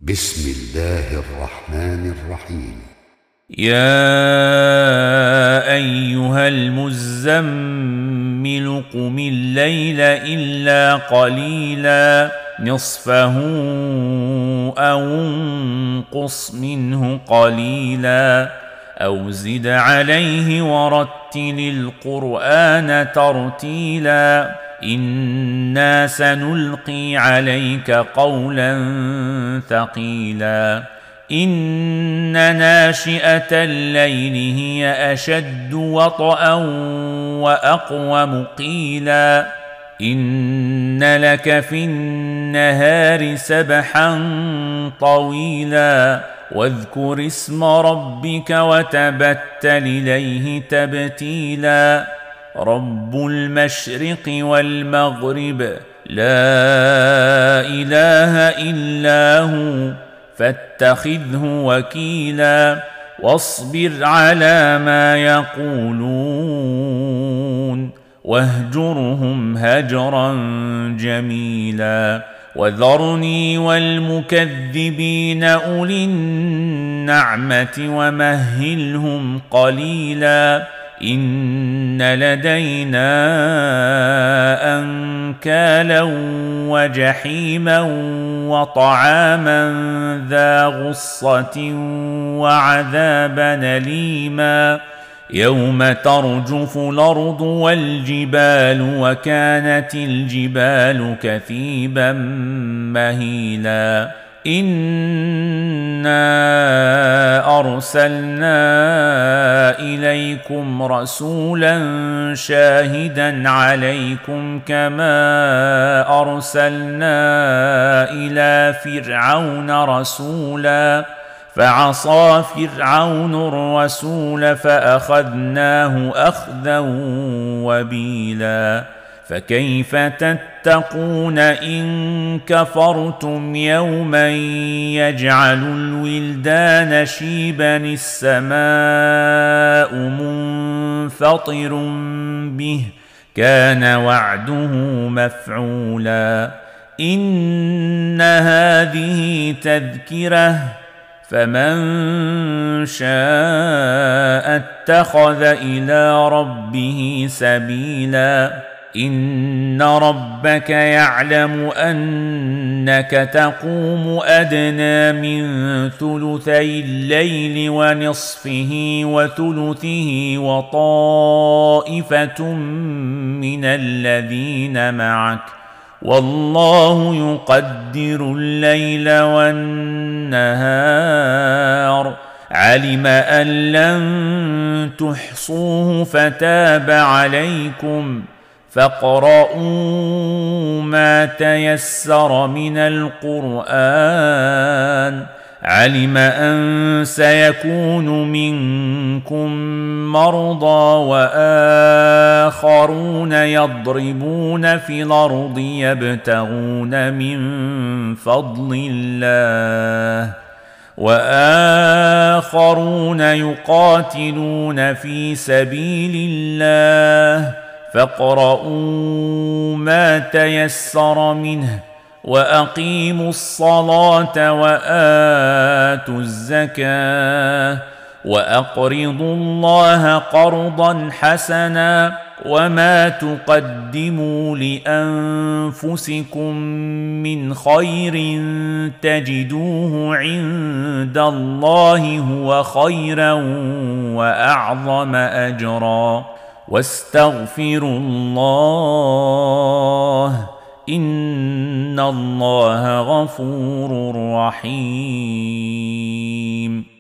بسم الله الرحمن الرحيم. يا أيها المزمل قم الليل إلا قليلا نصفه أو انقص منه قليلا أو زد عليه ورتل القرآن ترتيلا إنا سنلقي عليك قولا ثقيلا إن ناشئة الليل هي أشد وطئا وأقوم قيلا إن لك في النهار سبحا طويلا واذكر اسم ربك وتبتل إليه تبتيلا رب المشرق والمغرب لا إله إلا هو فاتخذه وكيلا واصبر على ما يقولون واهجرهم هجرا جميلا وذرني والمكذبين أولي النعمة ومهلهم قليلا إن لدينا أنكالا وجحيما وطعاما ذا غصة وعذابا أليما يوم ترجف الأرض والجبال وكانت الجبال كثيبا مهيلا إنا أرسلنا إليكم رسولا شاهدا عليكم كما أرسلنا إلى فرعون رسولا فعصى فرعون الرسول فأخذناه أخذا وبيلا فكيف تتقون إن كفرتم يوما يجعل الولدان شيبا السماء منفطر به كان وعده مفعولا إن هذه تذكرة فمن شاء اتخذ إلى ربه سبيلا إن ربك يعلم أنك تقوم أدنى من ثلثي الليل ونصفه وثلثه وطائفة من الذين معك والله يقدر الليل والنهار علم أن لن تحصوه فتاب عليكم فاقرؤوا ما تيسر من القرآن علم أن سيكون منكم مرضى وآخرون يضربون في الأرض يبتغون من فضل الله وآخرون يقاتلون في سبيل الله فاقرؤوا ما تيسر منه وأقيموا الصلاة وآتوا الزكاة وأقرضوا الله قرضا حسنا وما تقدموا لأنفسكم من خير تجدوه عند الله هو خيرا وأعظم أجرا واستغفروا الله إن الله غفور رحيم.